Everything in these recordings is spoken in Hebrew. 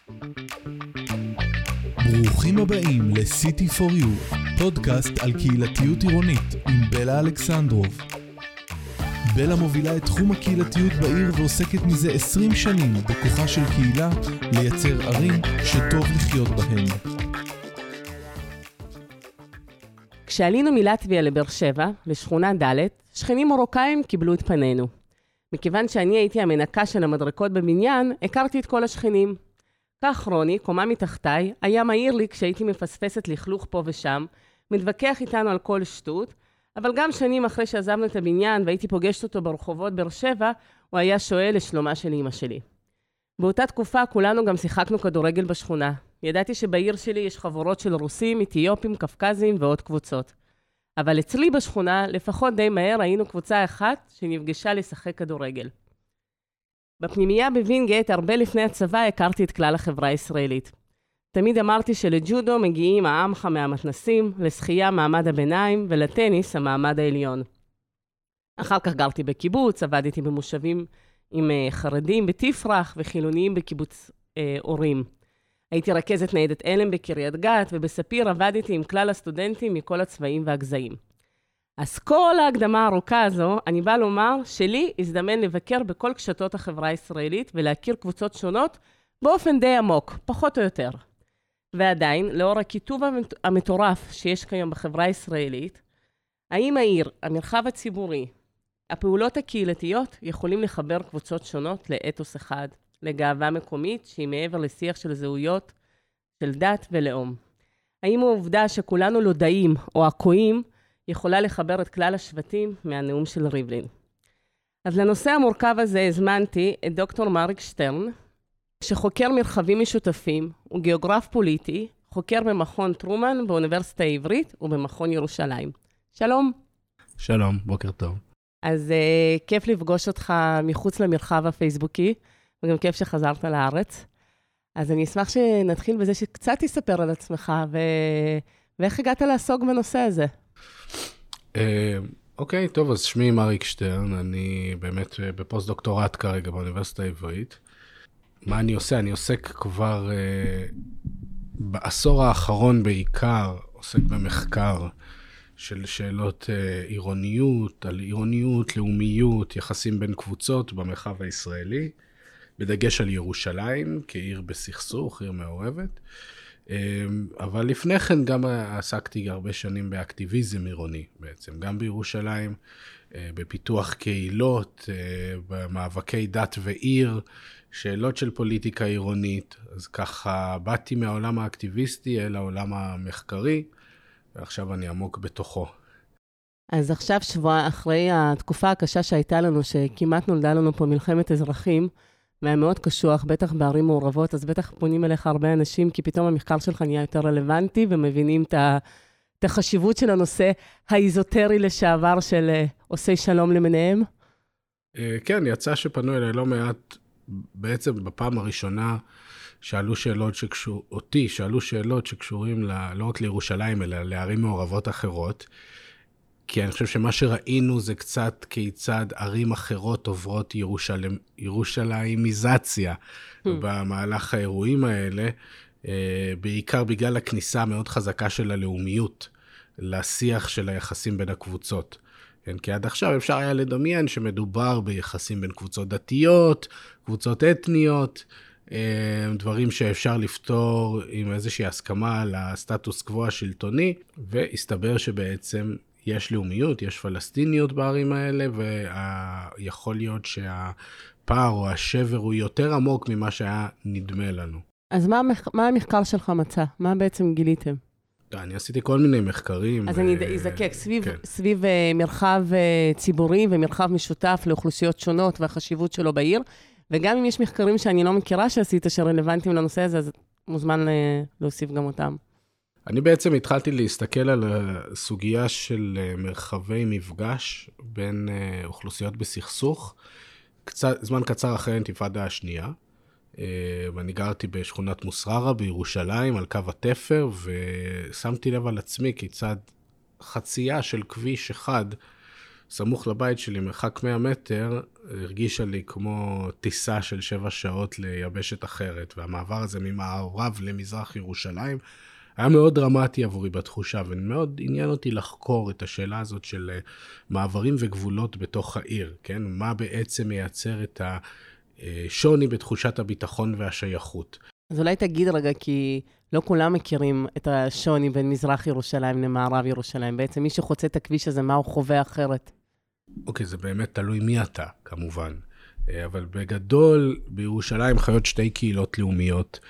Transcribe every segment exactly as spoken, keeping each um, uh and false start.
ברוכים הבאים ל-City for You, פודקאסט על קהילתיות עירונית עם בלה אלכסנדרוב. בלה מובילה את תחום הקהילתיות בעיר ועוסקת מזה עשרים שנים בכוחה של קהילה לייצר ערים שטוב לחיות בהן. כשעלינו מלטביה לבאר שבע, לשכונה ד', שכנים מרוקאים קיבלו את פנינו. מכיוון שאני הייתי המנקה של המדרקות בבניין, הכרתי את כל השכנים. כך רוני, קומה מתחתיי, היה מהיר לי כשהייתי מפספסת לכלוך פה ושם, מתווכח איתנו על כל שטות, אבל גם שנים אחרי שעזבנו את הבניין והייתי פוגשת אותו ברחובות באר שבע, הוא היה שואל לשלומה של אמא שלי. באותה תקופה כולנו גם שיחקנו כדורגל בשכונה. ידעתי שבעיר שלי יש חבורות של רוסים, אתיופים, קפקזים ועוד קבוצות. אבל אצלי בשכונה, לפחות די מהר, היינו קבוצה אחת שנפגשה לשחק כדורגל. בפנימייה בווינגייט, הרבה לפני הצבא, הכרתי את כלל החברה הישראלית. תמיד אמרתי שלג'ודו מגיעים העמך מהמתנסים, לשחייה מעמד הביניים ולטניס המעמד העליון. אחר כך גרתי בקיבוץ, עבדתי במושבים עם חרדים בתפרח וחילוניים בקיבוץ אה, אורים. הייתי רכזת ניידת אלם בקריית גת, ובספיר עבדתי עם כלל הסטודנטים מכל הצבעים והגזעים. אז כל ההקדמה הארוכה הזו, אני באה לומר שלי הזדמן לבקר בכל קשתות החברה הישראלית, ולהכיר קבוצות שונות באופן די עמוק, פחות או יותר. ועדיין, לאור הכיתוב המטורף שיש כיום בחברה הישראלית, האם העיר, המרחב הציבורי, הפעולות הקהילתיות יכולים לחבר קבוצות שונות לאתוס אחד, לגאווה מקומית שהיא מעבר לשיח של זהויות, של דת ולאום. האם העובדה שכולנו לודאים או עקועים יכולה לחבר את כלל השבטים מהנאום של ריבלין. אז לנושא המורכב הזה הזמנתי את דוקטור מריק שטרן, שחוקר מרחבים משותפים, הוא גיאוגרף פוליטי, חוקר במכון טרומן באוניברסיטה העברית ובמכון ירושלים. שלום. שלום, בוקר טוב. אז uh, כיף לפגוש אותך מחוץ למרחב הפייסבוקי, וגם כיף שחזרת לארץ. אז אני אשמח שנתחיל בזה שקצת תספר על עצמך, ו... ואיך הגעת לעסוק בנושא הזה? אוקיי, טוב, אז שמי מריק שטרן, אני באמת בפוסט דוקטורט כרגע באוניברסיטה העברית. מה אני עושה? אני עוסק כבר בעשור האחרון בעיקר, עוסק במחקר של שאלות עירוניות, על עירוניות, לאומיות, יחסים בין קבוצות במרחב הישראלי, בדגש על ירושלים, כעיר בסכסוך, עיר מעורבת. אבל לפני כן גם עסקתי הרבה שנים באקטיביזם עירוני בעצם, גם בירושלים, בפיתוח קהילות, במאבקי דת ועיר, שאלות של פוליטיקה עירונית. אז ככה באתי מהעולם האקטיביסטי אל העולם המחקרי, ועכשיו אני עמוק בתוכו. אז עכשיו שבוע אחרי התקופה הקשה שהייתה לנו, שכמעט נולדה לנו פה מלחמת אזרחים, והיה מאוד קשוח, בטח בערים מעורבות, אז בטח פונים אליך הרבה אנשים, כי פתאום המחקר שלך נהיה יותר רלוונטי, ומבינים את החשיבות של הנושא האיזוטרי לשעבר של עושי שלום למיניהם. כן, יצא שפנו אליי לא מעט, בעצם בפעם הראשונה, שאלו שאלות שקשור, אותי, שאלו שאלות שקשורים לא רק לירושלים, אלא לערים מעורבות אחרות, כי אני חושב שמה שראינו זה קצת כיצד ערים אחרות עוברות ירושלים, ירושלימיזציה במהלך האירועים האלה, בעיקר בגלל הכניסה המאוד חזקה של הלאומיות לשיח של היחסים בין הקבוצות. כי עד עכשיו אפשר היה לדמיין שמדובר ביחסים בין קבוצות דתיות, קבוצות אתניות, דברים שאפשר לפתור עם איזושהי הסכמה לסטטוס קוו השלטוני, והסתבר שבעצם יש לאומיות, יש פלסטיניות בערים האלה, ויכול להיות שהפער או השבר הוא יותר עמוק ממה שהיה נדמה לנו. אז מה, מה המחקר שלך מצא? מה בעצם גיליתם? אני עשיתי כל מיני מחקרים. אז ו... אני אזקק, סביב, כן. סביב מרחב ציבורי ומרחב משותף לאוכלוסיות שונות והחשיבות שלו בעיר, וגם אם יש מחקרים שאני לא מכירה שעשית שרלוונטיים לנושא הזה, אז מוזמן להוסיף גם אותם. אני בעצם התחלתי להסתכל על הסוגיה של מרחבי מפגש בין אוכלוסיות בסכסוך, קצת, זמן קצר אחרי האינתיפאדה השנייה, ואני גרתי בשכונת מוסררה בירושלים על קו התפר, ושמתי לב על עצמי כיצד חצייה של כביש אחד סמוך לבית שלי, מרחק מאה מטר, הרגישה לי כמו טיסה של שבע שעות ליבשת אחרת, והמעבר הזה ממערב למזרח ירושלים, היה מאוד דרמטי עבורי בתחושה, ומאוד עניין אותי לחקור את השאלה הזאת של מעברים וגבולות בתוך העיר, כן? מה בעצם מייצר את השוני בתחושת הביטחון והשייכות. אז אולי תגיד רגע, כי לא כולם מכירים את השוני בין מזרח ירושלים למערב ירושלים. בעצם מי שחוצה את הכביש הזה, מה הוא חווה אחרת? אוקיי, זה באמת תלוי מי אתה, כמובן. אבל בגדול, בירושלים חיות שתי קהילות לאומיות,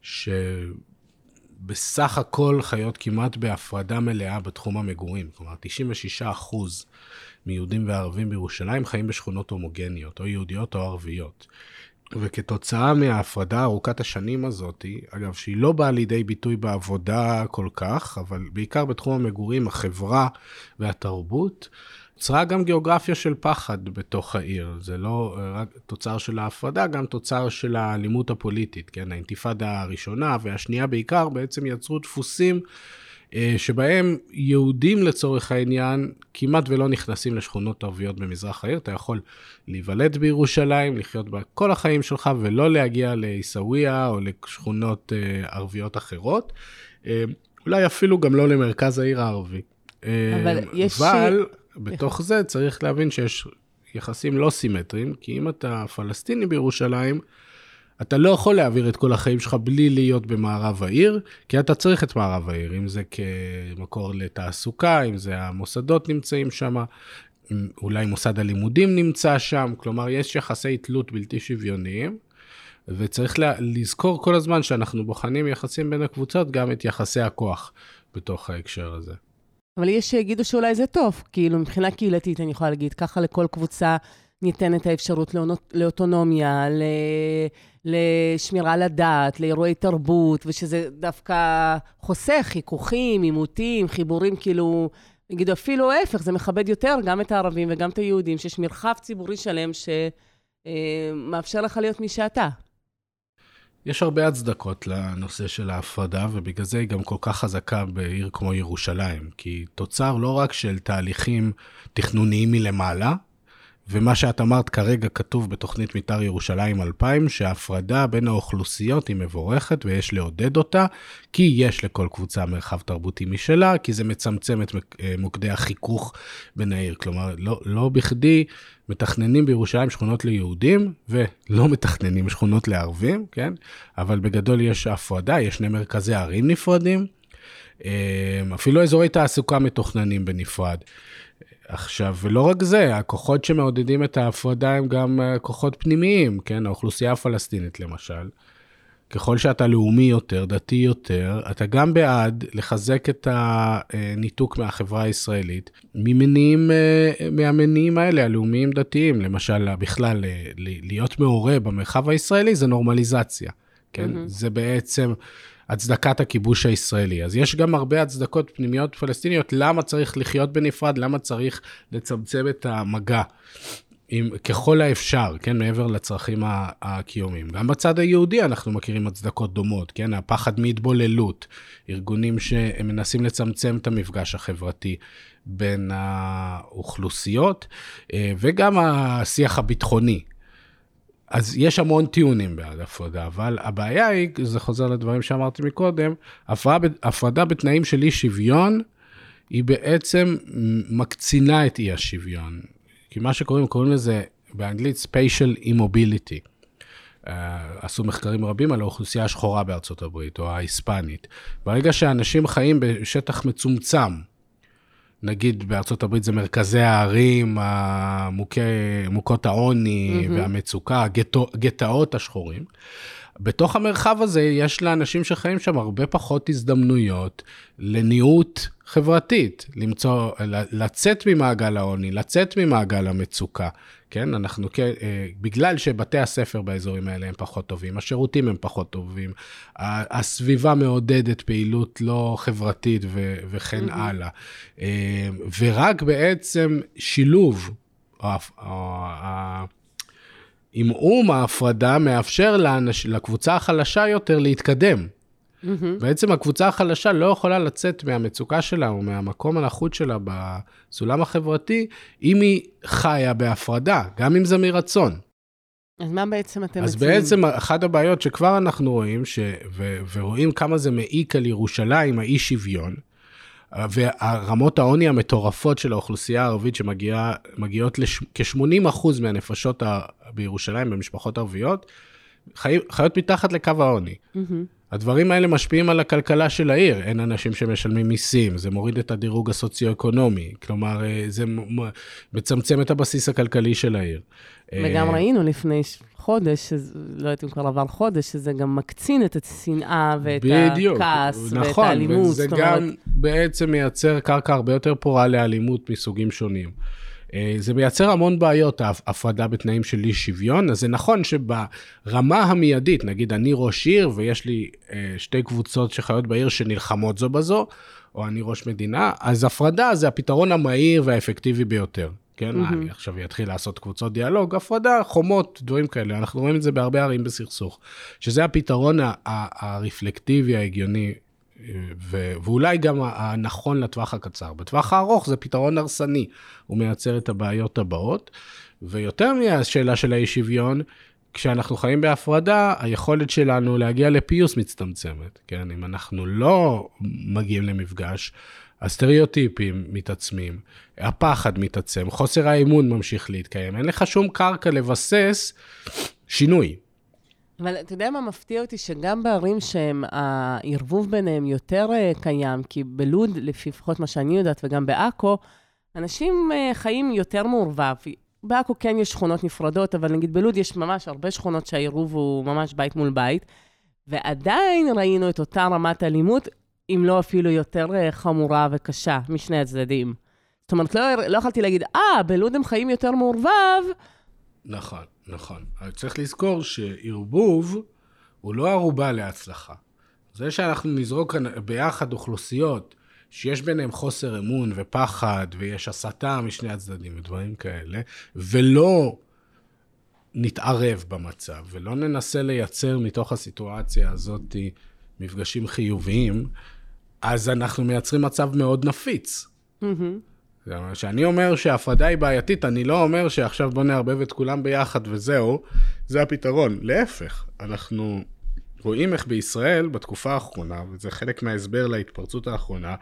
שבסך הכל חיות כמעט בהפרדה מלאה בתחום המגורים. כלומר, תשעים ושישה אחוז מיהודים וערבים בירושלים חיים בשכונות הומוגניות, או יהודיות או ערביות. וכתוצאה מההפרדה ארוכת השנים הזאת, אגב, שהיא לא באה לידי ביטוי בעבודה כל כך, אבל בעיקר בתחום המגורים, החברה והתרבות, נוצרה גם גיאוגרפיה של פחד בתוך העיר. זה לא רק תוצר של ההפרדה, גם תוצר של האלימות הפוליטית. כן? האינתיפאדה הראשונה והשנייה בעיקר בעצם יצרו דפוסים שבהם יהודים לצורך העניין כמעט ולא נכנסים לשכונות ערביות במזרח העיר. אתה יכול להיוולד בירושלים, לחיות בה כל החיים שלך ולא להגיע לעיסאוויה או לשכונות ערביות אחרות. אולי אפילו גם לא למרכז העיר הערבי. אבל יש... אבל בתוך זה צריך להבין שיש יחסים לא סימטריים, כי אם אתה פלסטיני בירושלים, אתה לא יכול להעביר את כל החיים שלך בלי להיות במערב העיר, כי אתה צריך את מערב העיר, אם זה כמקור לתעסוקה, אם זה המוסדות נמצאים שם, אולי מוסד הלימודים נמצא שם, כלומר יש יחסי תלות בלתי שוויוניים, וצריך לזכור כל הזמן שאנחנו בוחנים יחסים בין הקבוצות, גם את יחסי הכוח בתוך ההקשר הזה. אבל יש שיגידו שאולי זה טוב, כאילו מבחינה קהילתית אני יכולה להגיד, ככה לכל קבוצה ניתנת האפשרות לאוטונומיה, לשמירה לדעת, לאירועי תרבות, ושזה דווקא חוסך חיכוכים, עימותים, חיבורים, כאילו, נגידו אפילו ההפך, זה מכבד יותר גם את הערבים וגם את היהודים, שיש מרחב ציבורי שלם שמאפשר לך להיות מי שאתה. יש הרבה הצדקות לנושא של ההפרדה, ובגלל זה היא גם כל כך חזקה בעיר כמו ירושלים, כי תוצר לא רק של תהליכים תכנוניים מלמעלה, ומה שאת אמרת כרגע כתוב בתוכנית מתאר ירושלים אלפיים, שההפרדה בין האוכלוסיות היא מבורכת ויש לעודד אותה, כי יש לכל קבוצה מרחב תרבותי משלה, כי זה מצמצם את מוקדי החיכוך בין העיר. כלומר, לא, לא בכדי מתכננים בירושלים שכונות ליהודים, ולא מתכננים שכונות לערבים, כן? אבל בגדול יש הפרדה, יש שני מרכזי ערים נפרדים, אפילו אזורי תעסוקה מתוכננים בנפרד. עכשיו, ולא רק זה, הכוחות שמעודדים את ההפרדה הם גם כוחות פנימיים, כן? האוכלוסייה הפלסטינית למשל. ככל שאתה לאומי יותר, דתי יותר, אתה גם בעד לחזק את הניתוק מהחברה הישראלית, ממניעים, מהמניעים האלה, הלאומיים דתיים, למשל, בכלל, להיות מעורה במרחב הישראלי, זה נורמליזציה, כן? Mm-hmm. זה בעצם הצדקת הכיבוש הישראלי. אז יש גם הרבה הצדקות פנימיות פלסטיניות, למה צריך לחיות בנפרד, למה צריך לצמצם את המגע, עם, ככל האפשר, כן, מעבר לצרכים הקיומיים. גם בצד היהודי אנחנו מכירים הצדקות דומות, כן, הפחד מהתבוללות, ארגונים שמנסים לצמצם את המפגש החברתי בין האוכלוסיות, וגם השיח הביטחוני. אז יש המון טיעונים בעד הפרדה, אבל הבעיה היא, זה חוזר לדברים שאמרתי מקודם, הפרדה, הפרדה בתנאים של אי שוויון, היא בעצם מקצינה את אי השוויון. כי מה שקוראים, קוראים לזה באנגלית spatial immobility. Uh, עשו מחקרים רבים על האוכלוסייה השחורה בארצות הברית, או ההיספנית. ברגע שאנשים חיים בשטח מצומצם, נגיד בארצות הברית זה מרכזי הערים, המוכי, מוכות העוני mm-hmm. והמצוקה, גטא, גטאות השחורים. בתוך המרחב הזה יש לאנשים שחיים שם הרבה פחות הזדמנויות לניעות חברתית, למצוא, לצאת ממעגל העוני, לצאת ממעגל המצוקה, כן? אנחנו, בגלל שבתי הספר באזורים האלה הם פחות טובים, השירותים הם פחות טובים, הסביבה מעודדת פעילות לא חברתית ו- וכן mm-hmm. הלאה. ורק בעצם שילוב, עם אום ההפרדה מאפשר לאנש, לקבוצה החלשה יותר להתקדם. בעצם הקבוצה החלשה לא יכולה לצאת מהמצוקה שלה, או מהמקום הנחות שלה בסולם החברתי, אם היא חיה בהפרדה, גם אם זה מרצון. אז מה בעצם אתם אז מציעים? בעצם אחת הבעיות שכבר אנחנו רואים, ש... ו... ורואים כמה זה מעיק על ירושלים, האי שוויון, והרמות העוני המטורפות של האוכלוסייה הערבית, שמגיעות לכ-שמונים אחוז מהנפשות בירושלים, במשפחות ערביות, חי... חיות מתחת לקו העוני. Mm-hmm. הדברים האלה משפיעים על הכלכלה של העיר, אין אנשים שמשלמים מיסים, זה מוריד את הדירוג הסוציו-אקונומי, כלומר, זה מצמצם את הבסיס הכלכלי של העיר. וגם ראינו לפני חודש, לא יודעת אם כבר עבר חודש, שזה גם מקצין את השנאה ואת בדיוק, הכעס נכון, ואת האלימות. וזה גם אומרת... בעצם מייצר קרקע הרבה יותר פורה לאלימות מסוגים שונים. זה מייצר המון בעיות, ההפרדה בתנאים של אי שוויון, אז זה נכון שברמה המיידית, נגיד אני ראש עיר ויש לי שתי קבוצות שחיות בעיר שנלחמות זו בזו, או אני ראש מדינה, אז הפרדה זה הפתרון המהיר והאפקטיבי ביותר. כן, mm-hmm. אני עכשיו יתחיל לעשות קבוצות דיאלוג, הפרדה, חומות, דברים כאלה, אנחנו רואים את זה בהרבה ערים בסכסוך, שזה הפתרון הרפלקטיבי, ההגיוני, ו- ואולי גם הנכון לטווח הקצר. בטווח הארוך זה פתרון הרסני, הוא מייצר את הבעיות הבאות, ויותר מהשאלה של האי שוויון, כשאנחנו חיים בהפרדה, היכולת שלנו להגיע לפיוס מצטמצמת, כן, אם אנחנו לא מגיעים למפגש, הסטריאוטיפים מתעצמים, הפחד מתעצם, חוסר האמון ממשיך להתקיים, אין לך שום קרקע לבסס שינוי. אבל אתה יודע מה מפתיע אותי? שגם בערים שהערבוב ביניהם יותר קיים, כי בלוד, לפי לפחות מה שאני יודעת, וגם בעכו, אנשים חיים יותר מעורבב. בעכו כן יש שכונות נפרדות, אבל נגיד בלוד יש ממש הרבה שכונות שהעירוב הוא ממש בית מול בית, ועדיין ראינו את אותה רמת אלימות, אם לא אפילו יותר חמורה וקשה משני הצדדים. זאת אומרת, לא, לא יכולתי להגיד, אה, בלוד הם חיים יותר מעורבב. נכון, נכון. צריך לזכור שערבוב הוא לא ערובה להצלחה. זה שאנחנו נזרוק ביחד אוכלוסיות שיש ביניהם חוסר אמון ופחד, ויש הסתה משני הצדדים ודברים כאלה, ולא נתערב במצב, ולא ננסה לייצר מתוך הסיטואציה הזאת מפגשים חיוביים, אז אנחנו מייצרים מצב מאוד נפיץ. Mm-hmm. שאני אומר שההפרדה היא בעייתית, אני לא אומר שעכשיו בוא נערבב את כולם ביחד וזהו, זה הפתרון. להפך, אנחנו רואים איך בישראל בתקופה האחרונה, וזה חלק מההסבר להתפרצות האחרונה,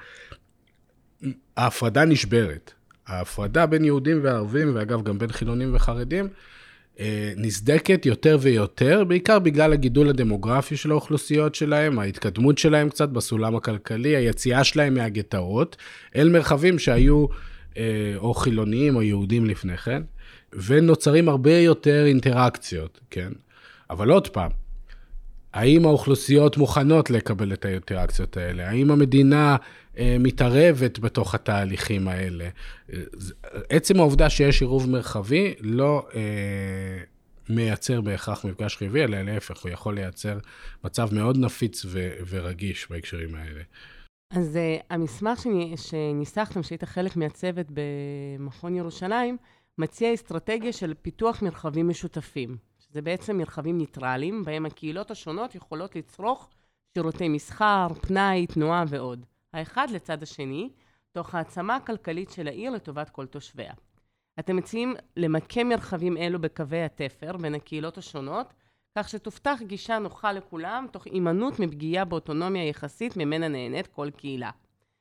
ההפרדה נשברת. ההפרדה בין יהודים וערבים, ואגב גם בין חילונים וחרדים, נסדקת יותר ויותר, בעיקר בגלל הגידול הדמוגרפי של האוכלוסיות שלהם, ההתקדמות שלהם קצת בסולם הכלכלי, היציאה שלהם מהגטאות, אל מרחבים שהיו או חילוניים או יהודים לפני כן, ונוצרים הרבה יותר אינטראקציות, כן? אבל עוד פעם, האם האוכלוסיות מוכנות לקבל את האינטראקציות האלה? האם המדינה אה, מתערבת בתוך התהליכים האלה? עצם העובדה שיש עירוב מרחבי לא אה, מייצר בהכרח מפגש חיובי, אלא להפך, הוא יכול לייצר מצב מאוד נפיץ ו- ורגיש בהקשרים האלה. אז uh, המסמך שני, שניסחתם, שהיית חלק מהצוות במכון ירושלים, מציע אסטרטגיה של פיתוח מרחבים משותפים. זה בעצם מרחבים ניטרליים, בהם הקהילות השונות יכולות לצרוך שירותי מסחר, פנאי, תנועה ועוד. האחד לצד השני, תוך העצמה הכלכלית של העיר לטובת כל תושביה. אתם מציעים למקם מרחבים אלו בקווי התפר בין הקהילות השונות, כך שתופתח גישה נוחה לכולם, תוך אימנות מפגיעה באוטונומיה יחסית ממנה נהנית כל קהילה.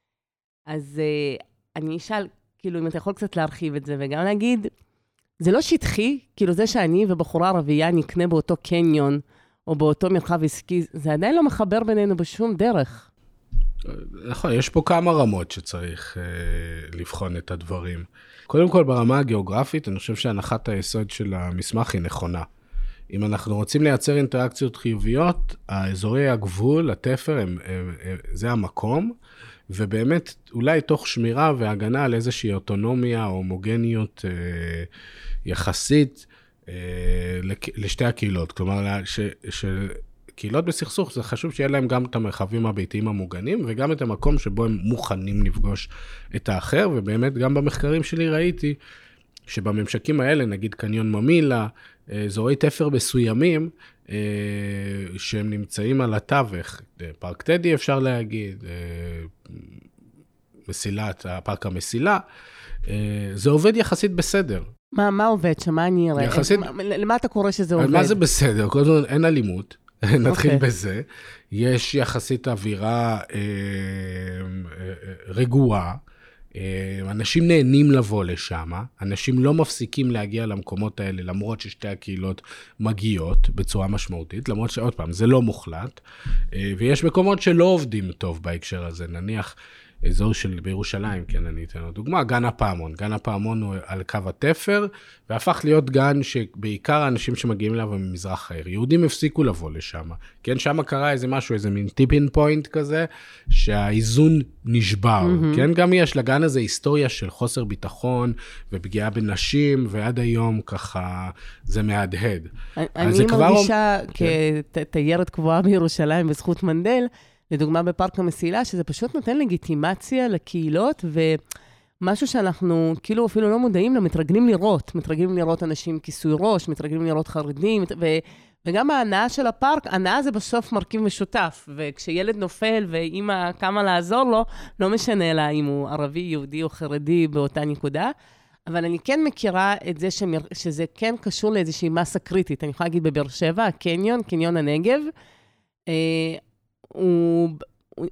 אז uh, אני אשאל, כאילו, אם אתה יכול קצת להרחיב את זה, וגם להגיד, זה לא שטחי, כאילו זה שאני ובחורה ערבייה נקנה באותו קניון, או באותו מרחב עסקי, זה עדיין לא מחבר בינינו בשום דרך. נכון, יש פה כמה רמות שצריך אה, לבחון את הדברים. קודם כל, ברמה הגיאוגרפית, אני חושב שהנחת היסוד של המסמך היא נכונה. אם אנחנו רוצים לייצר אינטראקציות חיוביות, האזורי הגבול, התפר, הם, הם, הם, זה המקום, ובאמת אולי תוך שמירה והגנה על איזושהי אוטונומיה או הומוגניות אה, יחסית אה, לשתי הקהילות. כלומר, ש, שקהילות בסכסוך, זה חשוב שיהיה להם גם את המרחבים הביתיים המוגנים, וגם את המקום שבו הם מוכנים לפגוש את האחר, ובאמת גם במחקרים שלי ראיתי, שבממשקים האלה, נגיד קניון ממילה, אזורי תפר מסוימים, שהם נמצאים על התווך, פארק טדי אפשר להגיד, מסילת, הפארק המסילה, זה עובד יחסית בסדר. מה, מה עובד שם? מה אני אראה? יחסית... למה אתה קורא שזה עובד? מה זה בסדר? קודם כל אין אלימות, נתחיל okay. בזה. יש יחסית אווירה אה, אה, רגועה, אה, אנשים נהנים לבוא לשם, אנשים לא מפסיקים להגיע למקומות האלה, למרות ששתי הקהילות מגיעות בצורה משמעותית, למרות שעוד פעם, זה לא מוחלט, אה, ויש מקומות שלא עובדים טוב בהקשר הזה, נניח, אזור של בירושלים, כן, אני אתן לו דוגמה, גן הפעמון. גן הפעמון הוא על קו התפר, והפך להיות גן שבעיקר האנשים שמגיעים אליו הם ממזרח העיר. יהודים הפסיקו לבוא לשם. כן, שם קרה איזה משהו, איזה מין טיפין פוינט כזה, שהאיזון נשבר. Mm-hmm. כן, גם יש לגן הזה היסטוריה של חוסר ביטחון, ופגיעה בנשים, ועד היום ככה זה מהדהד. אני מרגישה כן. כתיירת קבועה בירושלים בזכות מנדל, לדוגמה בפארק המסילה, שזה פשוט נותן לגיטימציה לקהילות, ומשהו שאנחנו כאילו אפילו לא מודעים לה, מתרגלים לראות, מתרגלים לראות אנשים כיסוי ראש, מתרגלים לראות חרדים, ו... וגם ההנאה של הפארק, ההנאה זה בסוף מרכיב משותף, וכשילד נופל ואמא קמה לעזור לו, לא משנה לה אם הוא ערבי, יהודי או חרדי באותה נקודה, אבל אני כן מכירה את זה שמר... שזה כן קשור לאיזושהי מסה קריטית. אני יכולה להגיד בבאר שבע, הקניון, קניון הנגב, הוא, הוא,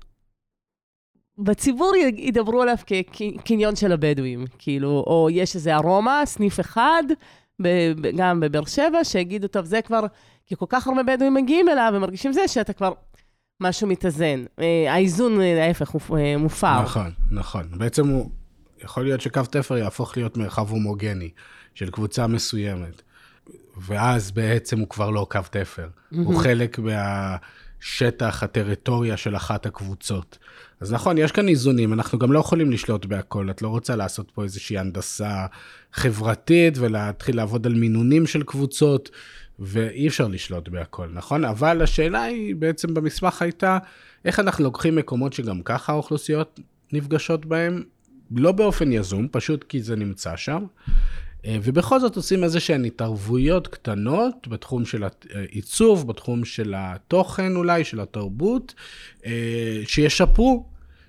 בציבור ידברו עליו כקניון של הבדואים, כאילו, או יש איזה ארומה, סניף אחד, ב, גם בבאר שבע, שיגידו, טוב, זה כבר, כי כל כך הרבה בדואים מגיעים אליו, ומרגישים זה שאתה כבר משהו מתאזן. האיזון, ההפך, הוא מופר. נכון, נכון. בעצם הוא, יכול להיות שקו תפר יהפוך להיות מרחב הומוגני, של קבוצה מסוימת, ואז בעצם הוא כבר לא קו תפר. הוא חלק מה... שטח, הטריטוריה של אחת הקבוצות. אז נכון, יש כאן איזונים, אנחנו גם לא יכולים לשלוט בהכל, את לא רוצה לעשות פה איזושהי הנדסה חברתית, ולהתחיל לעבוד על מינונים של קבוצות, ואי אפשר לשלוט בהכל, נכון? אבל השאלה היא, בעצם במסמך הייתה, איך אנחנו לוקחים מקומות שגם ככה האוכלוסיות נפגשות בהם, לא באופן יזום, פשוט כי זה נמצא שם, ובכל זאת עושים איזה שהן התערבויות קטנות בתחום של העיצוב, בתחום של התוכן אולי, של התרבות, שישפרו,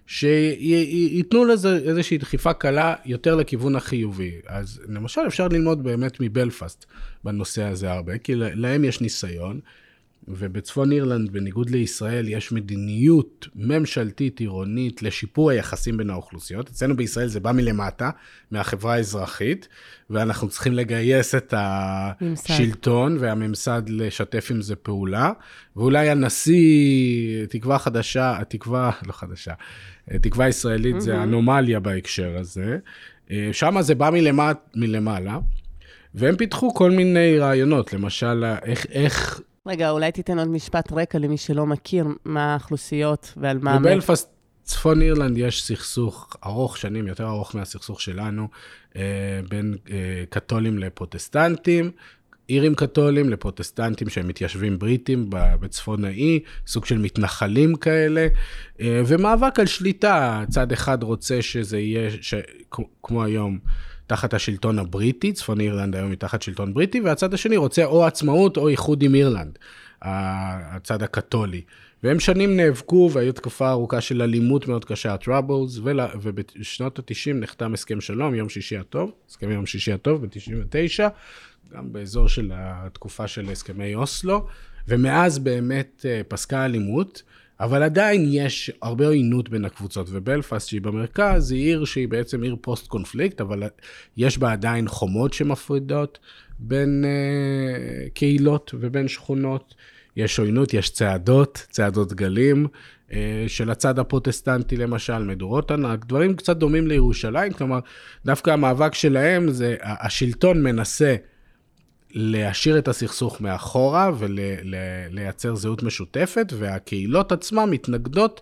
שייתנו לזה איזושהי דחיפה קלה יותר לכיוון החיובי. אז למשל אפשר ללמוד באמת מבלפאסט בנושא הזה הרבה, כי להם יש ניסיון, ובצפון אירלנד, בניגוד לישראל, יש מדיניות ממשלתית עירונית לשיפור היחסים בין האוכלוסיות. אצלנו בישראל זה בא מלמטה, מהחברה האזרחית, ואנחנו צריכים לגייס את השלטון והממסד לשתף עם זה פעולה, ואולי הנשיא, תקווה חדשה, תקווה, לא חדשה, תקווה ישראלית זה אנומליה בהקשר הזה. שם זה בא מלמט, מלמעלה, והם פיתחו כל מיני רעיונות, למשל, איך, איך רגע, אולי תיתן עוד משפט רקע למי שלא מכיר מה האוכלוסיות ועל מה... בבלפאסט, צפון אירלנד, יש סכסוך ארוך שנים, יותר ארוך מהסכסוך שלנו, בין קתולים לפרוטסטנטים, אירים קתולים לפרוטסטנטים שהם מתיישבים בריטים בצפון האי, סוג של מתנחלים כאלה, ומאבק על שליטה. צד אחד רוצה שזה יהיה, ש... כמו היום, תחת השלטון הבריטי, צפון אירלנד היום היא תחת שלטון בריטי, והצד השני רוצה או עצמאות או איחוד עם אירלנד, הצד הקתולי. והם שנים נאבקו, והיו תקופה ארוכה של אלימות מאוד קשה, הטראבלס, ובשנות ה-תשעים נחתם הסכם שלום, יום שישי הטוב, הסכם יום שישי הטוב ב-תשעים ותשע, גם באזור של התקופה של הסכמי אוסלו, ומאז באמת פסקה אלימות, אבל עדיין יש הרבה עוינות בין הקבוצות, ובלפאסט שהיא במרכז, היא עיר שהיא בעצם עיר פוסט-קונפליקט, אבל יש בה עדיין חומות שמפרידות בין uh, קהילות ובין שכונות, יש עוינות, יש צעדות, צעדות גלים, uh, של הצד הפרוטסטנטי למשל, מדורות ענק, דברים קצת דומים לירושלים, כלומר, דווקא המאבק שלהם זה, השלטון מנסה, להשאיר את הסכסוך מאחורה ולייצר זהות משותפת, והקהילות עצמן מתנגדות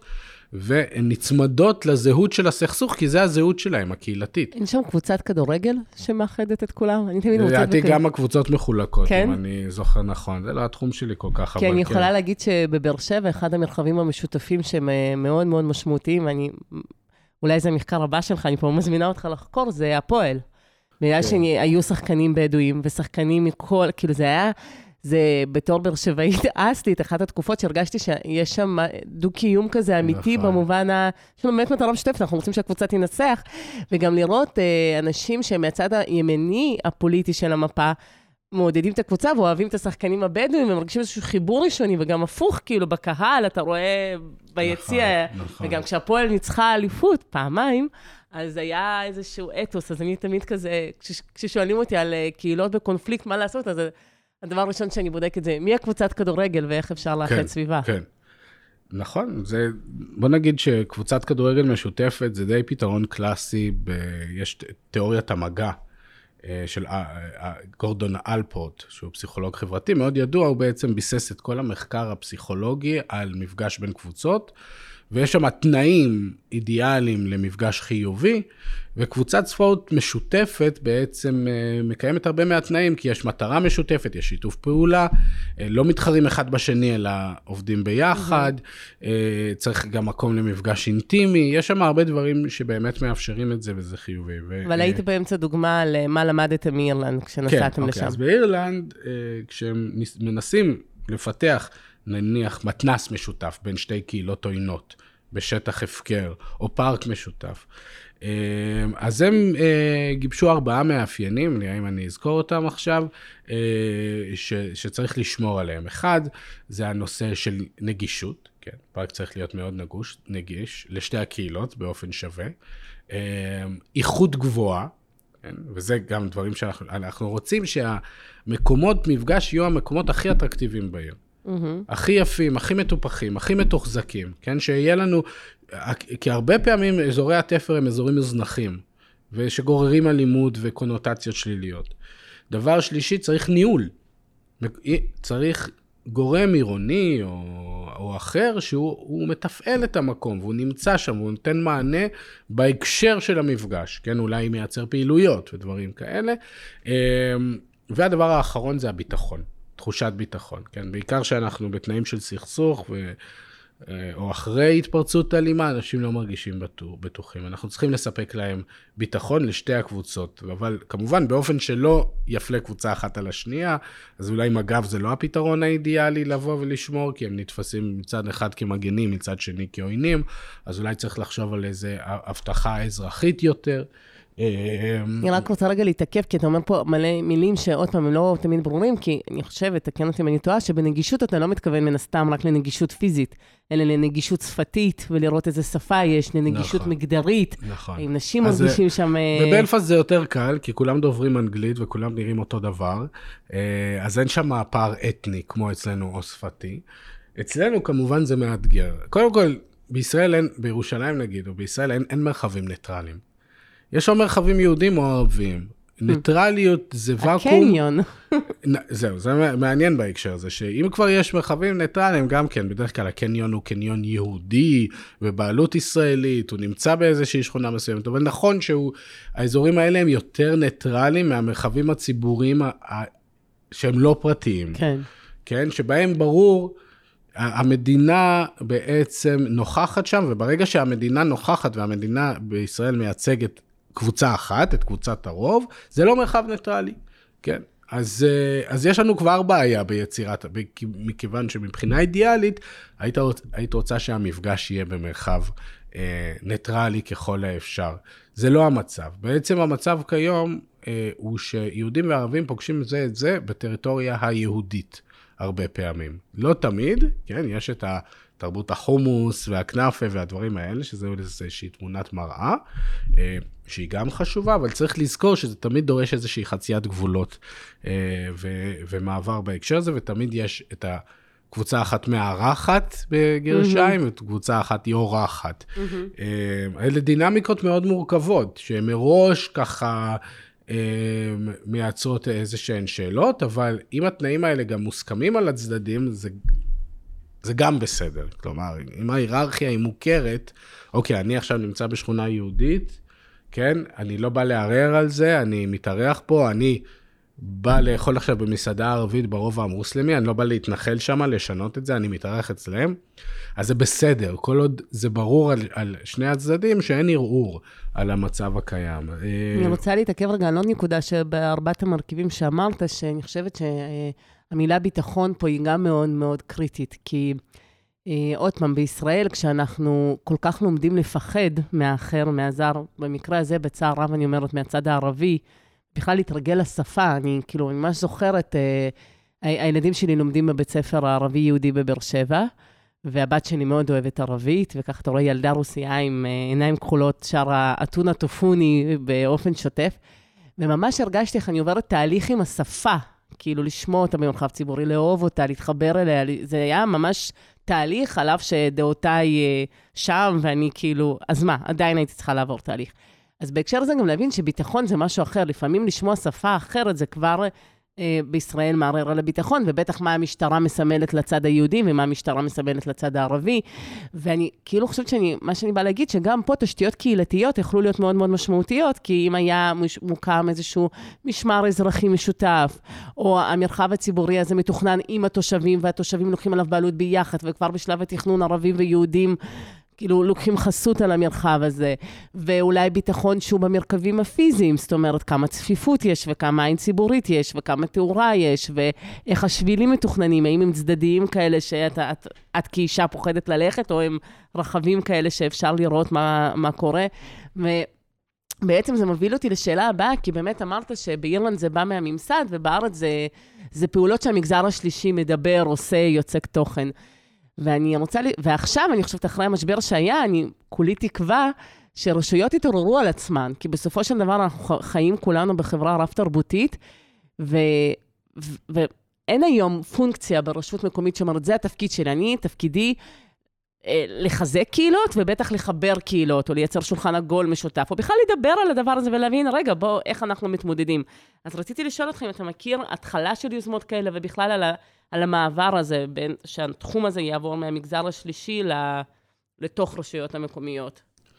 ונצמדות לזהות של הסכסוך, כי זה הזהות שלהם, הקהילתית. אין שם קבוצת כדורגל שמאחדת את כולם? אני תמיד רוצה... לדעתי גם הקבוצות מחולקות, אם אני זוכר נכון. זה לא התחום שלי כל כך. כי אני יכולה להגיד שבבאר שבע, אחד המרחבים המשותפים שהם מאוד מאוד משמעותיים, אולי זה המחקר הבא שלך, אני פה מזמינה אותך לחקור, זה הפועל. בגלל שהיו שחקנים בדואים, ושחקנים מכל, כאילו זה היה, זה בתור באר שבעית אסלית, אחת התקופות שהרגשתי שיש שם דו-קיום כזה אמיתי, נכון. במובן ה... יש לנו באמת מטרה משותפת, אנחנו רוצים שהקבוצה תנצח, וגם לראות אה, אנשים שהם מהצד הימני הפוליטי של המפה, מעודדים את הקבוצה ואוהבים את השחקנים הבדואים, ומרגישים איזשהו חיבור ראשוני, וגם הפוך, כאילו בקהל, אתה רואה ביציע, נכון, נכון. וגם כשהפועל ניצחה אליפות פעמיים, אז היה איזשהו אתוס, אז אני תמיד כזה, כש, כששואלים אותי על קהילות בקונפליקט, מה לעשות, אז הדבר הראשון שאני בודקת זה, מי הקבוצת כדורגל ואיך אפשר לאחד כן, סביבה? כן, נכון. זה, בוא נגיד שקבוצת כדורגל משותפת, זה די פתרון קלאסי, ב, יש תיאוריית המגע, של גורדון אלפורט, שהוא פסיכולוג חברתי, מאוד ידוע, הוא בעצם ביסס את כל המחקר הפסיכולוגי על מפגש בין קבוצות, ויש שם תנאים אידיאליים למפגש חיובי, וקבוצת ספורט משותפת בעצם מקיימת הרבה מהתנאים, כי יש מטרה משותפת, יש שיתוף פעולה, לא מתחרים אחד בשני, אלא עובדים ביחד, צריך גם מקום למפגש אינטימי, יש שם הרבה דברים שבאמת מאפשרים את זה, וזה חיובי. אבל הייתי באמצע דוגמה למה למדתם מאירלנד, כשנסעתם לשם. כן, אז באירלנד, כשהם מנסים לפתח, נניח מתנס משותף בין שתי קהילות עוינות, בשטח הפקר, או פארק משותף. אז הם גיבשו ארבעה מאפיינים, נראה אם אני אזכור אותם עכשיו, ש, שצריך לשמור עליהם. אחד, זה הנושא של נגישות, כן, פארק צריך להיות מאוד נגוש, נגיש, לשתי הקהילות באופן שווה. איכות גבוהה, כן, וזה גם דברים שאנחנו רוצים, שהמקומות מפגש יהיו המקומות הכי אטרקטיביים בעיר. Mm-hmm. הכי יפים, הכי מטופחים, הכי מתוחזקים, כן? שיהיה לנו, כי הרבה פעמים אזורי התפר הם אזורים מזנחים, ושגוררים אלימות וקונוטציות שליליות. דבר שלישי, צריך ניהול. צריך גורם עירוני או, או אחר, שהוא מתפעל את המקום, והוא נמצא שם, והוא נותן מענה בהקשר של המפגש, כן? אולי מייצר פעילויות ודברים כאלה. והדבר האחרון זה הביטחון. תחושת ביטחון, כן? בעיקר שאנחנו בתנאים של סכסוך, ו... או אחרי התפרצות אלימה, אנשים לא מרגישים בטוחים. אנחנו צריכים לספק להם ביטחון לשתי הקבוצות, אבל כמובן באופן שלא יפלה קבוצה אחת על השנייה, אז אולי מג"ב זה לא הפתרון האידיאלי לבוא ולשמור, כי הם נתפסים מצד אחד כמגנים, מצד שני כעוינים, אז אולי צריך לחשוב על איזה הבטחה אזרחית יותר, אני רק רוצה רגע להתעכב, כי אתה אומר פה מלא מילים שעוד פעם הם לא תמיד ברורים, כי אני חושבת, תקן אותי אם אני טועה, שבנגישות אתה לא מתכוון מן הסתם רק לנגישות פיזית, אלא לנגישות שפתית, ולראות איזה שפה יש, לנגישות מגדרית, עם נשים מרגישים שם... בבלפאסט זה יותר קל, כי כולם דוברים אנגלית וכולם נראים אותו דבר, אז אין שם פער אתני, כמו אצלנו או שפתי. אצלנו כמובן זה מאתגר. קודם כל, בישראל אין, בירושלים נגיד, או בישראל אין, אין מרחבים ניטרליים. יש שם מרחבים יהודים או ערבים. ניטרליות זה ואקום. הקניון. זהו, זה מעניין בהקשר הזה, שאם כבר יש מרחבים ניטרליים, גם כן, בדרך כלל הקניון הוא קניון יהודי, בבעלות ישראלית, הוא נמצא באיזושהי שכונה מסוימת, אבל נכון שהאזורים האלה הם יותר ניטרליים מהמרחבים הציבוריים שהם לא פרטיים. כן. כן, שבהם ברור... המדינה בעצם נוכחת שם, וברגע שהמדינה נוכחת, והמדינה בישראל מייצגת קבוצה אחת, את קבוצת הרוב, זה לא מרחב ניטרלי, כן? אז, אז יש לנו כבר בעיה ביצירת, מכיוון שמבחינה אידיאלית, היית, היית רוצה שהמפגש יהיה במרחב אה, ניטרלי ככל האפשר. זה לא המצב. בעצם המצב כיום אה, הוא שיהודים וערבים פוגשים זה את זה בטריטוריה היהודית. הרבה פעמים. לא תמיד, כן, יש את התרבות החומוס והכנאפה והדברים האלה, שזה איזושהי תמונת מראה, שהיא גם חשובה, אבל צריך לזכור שזה תמיד דורש איזושהי חציית גבולות ו- ומעבר בהקשר הזה, ותמיד יש את הקבוצה אחת מארחת בגרשיים, mm-hmm. ואת קבוצה אחת יורחת. Mm-hmm. אלה דינמיקות מאוד מורכבות, שמראש ככה... מייצרות איזה שהן שאלות, אבל אם התנאים האלה גם מוסכמים על הצדדים, זה, זה גם בסדר. כלומר, אם ההיררכיה היא מוכרת, אוקיי, אני עכשיו נמצא בשכונה יהודית, כן, אני לא בא לערער על זה, אני מתארח פה, אני בא לאכול עכשיו במסעדה ערבית ברובע המוסלמי, אני לא בא להתנחל שם, לשנות את זה, אני מתארח אצלם, אז זה בסדר, כל עוד זה ברור על, על שני הצדדים, שאין ערעור על המצב הקיים. אני רוצה להתעכב רגע על עוד נקודה, שבארבעת המרכיבים שאמרת, שאני חושבת המילה ביטחון פה היא גם מאוד מאוד קריטית, כי אה, עוד פעם, בישראל, כשאנחנו כל כך לומדים לפחד מהאחר, מהזר, במקרה הזה, בצער רב, אני אומרת, מהצד הערבי, בכלל להתרגל לשפה, אני כאילו, אני ממש זוכרת, אה, הילדים שלי לומדים בבית ספר הערבי-יהודי בבאר שבע, והבת שלי מאוד אוהבת ערבית, וכך אתה רואה ילדה רוסייה עם עיניים כחולות, שרה אתונה טופוני באופן שוטף, וממש הרגשתי איך אני עוברת תהליך עם השפה, כאילו לשמוע אותה במרחב ציבורי, לאהוב אותה, להתחבר אליה, זה היה ממש תהליך, עליו שדעותיי שם, ואני כאילו, אז מה, עדיין הייתי צריכה לעבור תהליך. אז בהקשר הזה גם להבין שביטחון זה משהו אחר, לפעמים לשמוע שפה אחרת, זה כבר בישראל מערער על הביטחון, ובטח מה המשטרה מסמלת לצד היהודי, ומה המשטרה מסמלת לצד הערבי, ואני כאילו חושבת שאני, מה שאני באה להגיד, שגם פה תשתיות קהילתיות יכלו להיות מאוד מאוד משמעותיות, כי אם היה מוקם איזשהו משמר אזרחי משותף, או המרחב הציבורי הזה מתוכנן עם התושבים, והתושבים לוקחים עליו בעלות ביחד, וכבר בשלב התכנון ערבים ויהודים, כאילו לוקחים חסות על המרחב הזה, ואולי ביטחון שהוא במרכבים הפיזיים, זאת אומרת, כמה צפיפות יש, וכמה עין ציבורית יש, וכמה תאורה יש, ואיך השבילים מתוכננים, האם הם צדדיים כאלה שאת את, את כאישה פוחדת ללכת, או הם רחבים כאלה שאפשר לראות מה, מה קורה, ובעצם זה מוביל אותי לשאלה הבאה, כי באמת אמרת שבאירלנד זה בא מהממסד, ובארץ זה, זה פעולות שהמגזר השלישי מדבר, עושה, יוצק תוכן. ואני רוצה, ועכשיו אני חושבת אחרי המשבר שהיה, אני כולי תקווה שרשויות יתעוררו על עצמן, כי בסופו של דבר אנחנו חיים כולנו בחברה רב-תרבותית, ו, ו, ואין היום פונקציה ברשות מקומית שאומרת, זה התפקיד שלי, אני, תפקידי אה, לחזק קהילות, ובטח לחבר קהילות, או לייצר שולחן עגול משותף, או בכלל לדבר על הדבר הזה ולהבין, רגע, בוא, איך אנחנו מתמודדים. אז רציתי לשאול אתכם, אתה מכיר התחלה של יוזמות כאלה, ובכלל על ה... על המעבר הזה, בין, שהתחום הזה יעבור מהמגזר השלישי לתוך רשויות המקומיות.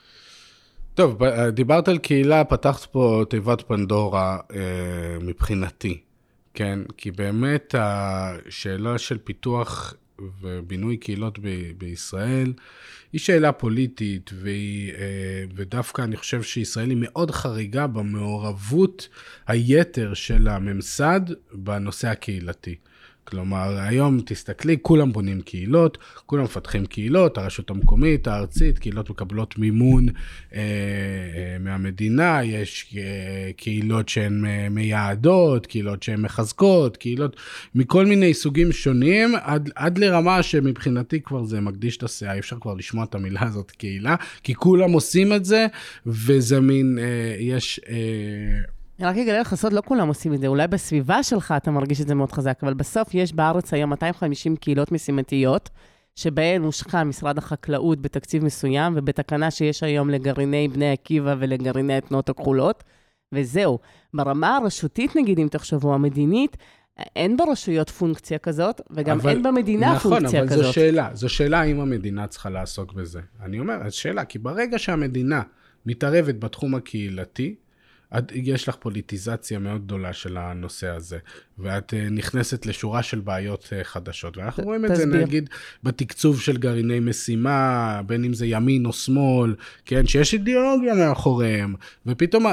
טוב, דיברת על קהילה, פתחת פה תיבת פנדורה אה, מבחינתי, כן? כי באמת השאלה של פיתוח ובינוי קהילות ב- בישראל, היא שאלה פוליטית, והיא, אה, ודווקא אני חושב שישראל היא מאוד חריגה במעורבות היתר של הממסד בנושא הקהילתי. כלומר, היום תסתכלי, כולם בונים קהילות, כולם מפתחים קהילות, הרשות המקומית, הארצית, קהילות מקבלות מימון אה, אה, מהמדינה, יש אה, קהילות שהן מייעדות, קהילות שהן מחזקות, קהילות מכל מיני סוגים שונים, עד, עד לרמה שמבחינתי כבר זה מקדיש את הסעה, אפשר כבר לשמוע את המילה הזאת קהילה, כי כולם עושים את זה, וזה מין, אה, יש... אה, אני רק אגלה לך סוד, לא כולם עושים את זה, אולי בסביבה שלך אתה מרגיש את זה מאוד חזק, אבל בסוף יש בארץ היום מאתיים וחמישים קהילות משימתיות, שבהן הושקע משרד החקלאות בתקציב מסוים, ובתקנה שיש היום לגרעיני בני עקיבא ולגרעיני התנועות הכחולות, וזהו. ברמה הרשותית, נגיד, אם תחשבו, המדינית, אין ברשויות פונקציה כזאת, וגם אבל, אין במדינה נכון, פונקציה אבל כזאת. זו שאלה, זו שאלה האם המדינה צריכה לעסוק בזה. אני אומר, זו שאלה, כי ברגע שהמדינה מתערבת בתחום הקהילתי, יש לך פוליטיזציה מאוד גדולה של הנושא הזה, ואת נכנסת לשורה של בעיות חדשות, ואנחנו רואים את זה נגיד בתקצוב של גרעיני משימה, בין אם זה ימין או שמאל, כן, שיש אידיאולוגיה מאחוריהם, ופתאום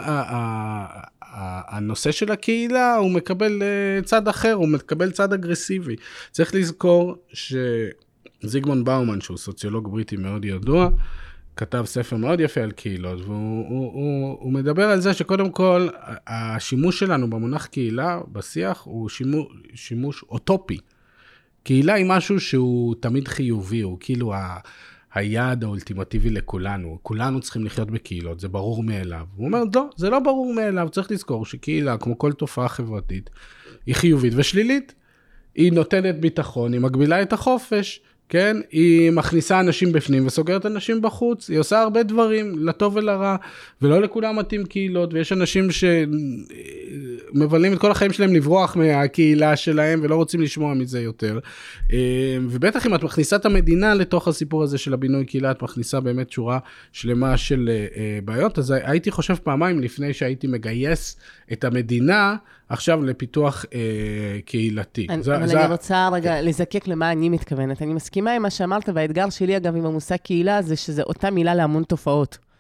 הנושא של הקהילה הוא מקבל צד אחר, הוא מקבל צד אגרסיבי. צריך לזכור שזיגמונד באומן, שהוא סוציולוג בריטי מאוד ידוע, כתב ספר מאוד יפה על קהילות, והוא הוא, הוא, הוא מדבר על זה שקודם כל, השימוש שלנו במונח קהילה, בשיח, הוא שימוש, שימוש אוטופי. קהילה היא משהו שהוא תמיד חיובי, הוא כאילו ה, היעד האולטימטיבי לכולנו. כולנו צריכים לחיות בקהילות, זה ברור מאליו. הוא אומר, לא, זה לא ברור מאליו, צריך לזכור שקהילה, כמו כל תופעה חברתית, היא חיובית ושלילית. היא נותנת ביטחון, היא מגבילה את החופש, כן? היא מכניסה אנשים בפנים וסוגרת אנשים בחוץ, היא עושה הרבה דברים, לטוב ולרע, ולא לכולם מתאים קהילות, ויש אנשים שמבלים את כל החיים שלהם לברוח מהקהילה שלהם, ולא רוצים לשמוע מזה יותר. ובטח אם את מכניסה את המדינה לתוך הסיפור הזה של הבינוי קהילה, את מכניסה באמת שורה שלמה של בעיות, אז הייתי חושב פעמיים לפני שהייתי מגייס את המדינה, עכשיו לפיתוח אה, קהילתי. אני, זה, אבל זה... אני רוצה רגע לזקק למה אני מתכוונת. אני מסכימה עם מה שאמרת, והאתגר שלי אגב עם המושג קהילה, זה שזה אותה מילה להמון תופעות.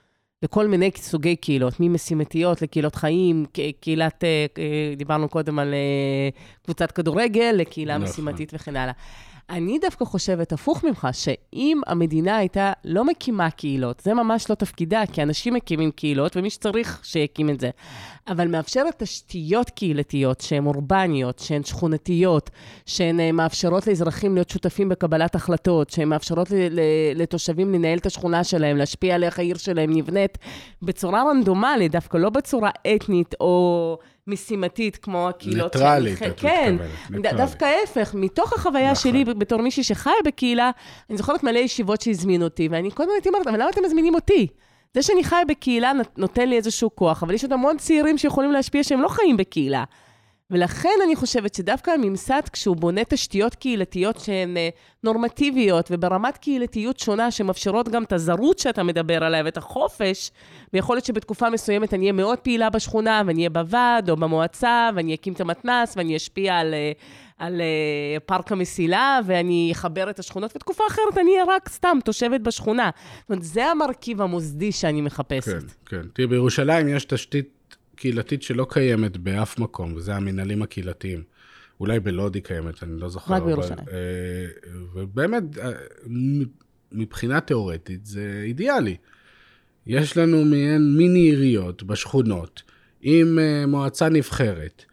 לכל מיני סוגי קהילות, ממשימתיות לקהילות חיים, קהילת, דיברנו קודם על קבוצת כדורגל, לקהילה משימתית וכן הלאה. אני דווקא חושבת, הפוך ממך, שאם המדינה הייתה לא מקימה קהילות, זה ממש לא תפקידה, כי אנשים מקימים קהילות, ומי שצריך שיקים את זה. אבל מאפשרת תשתיות קהילתיות, שהן אורבניות, שהן שכונתיות, שהן מאפשרות לאזרחים להיות שותפים בקבלת החלטות, שהן מאפשרות לתושבים לנהל את השכונה שלהם, להשפיע על איך העיר שלהם נבנית, בצורה רנדומלית, דווקא לא בצורה אתנית או משימתית, כמו הקהילות. ניטרלית, את כן, מתכוונת. דווקא ההפך, מתוך החוויה נכון. שלי, בתור מישהי שחיה בקהילה, אני זוכרת מלא ישיבות שהזמינו אותי, ואני קודם הייתי אומרת, אבל למה אתם מזמינים אותי? זה שאני חיה בקהילה נותן לי איזשהו כוח, אבל יש עוד המון צעירים שיכולים להשפיע שהם לא חיים בקהילה. ולכן אני חושבת שדווקא הממסד, כשהוא בונה תשתיות קהילתיות שהן נורמטיביות, וברמת קהילתיות שונה, שמאפשרות גם את הזרות שאתה מדבר עליה, ואת החופש, ויכול להיות שבתקופה מסוימת אני אהיה מאוד פעילה בשכונה, ואני אהיה בוועד או במועצה, ואני אקים את המתנ"ס, ואני אשפיע על, על פארק המסילה, ואני אחבר את השכונות, ותקופה אחרת אני אהיה רק סתם תושבת בשכונה. זאת אומרת, זה המרכיב המוסדי שאני מחפשת. כן, כן. תראי, בירושלים יש תשתית קהילתית שלא קיימת באף מקום, וזה המנהלים הקהילתיים. אולי בלוד היא קיימת, אני לא זוכר. רק בירושלים. ובאמת, מבחינה תיאורטית, זה אידיאלי. יש לנו מעין מיני עיריות בשכונות, עם מועצה נבחרת,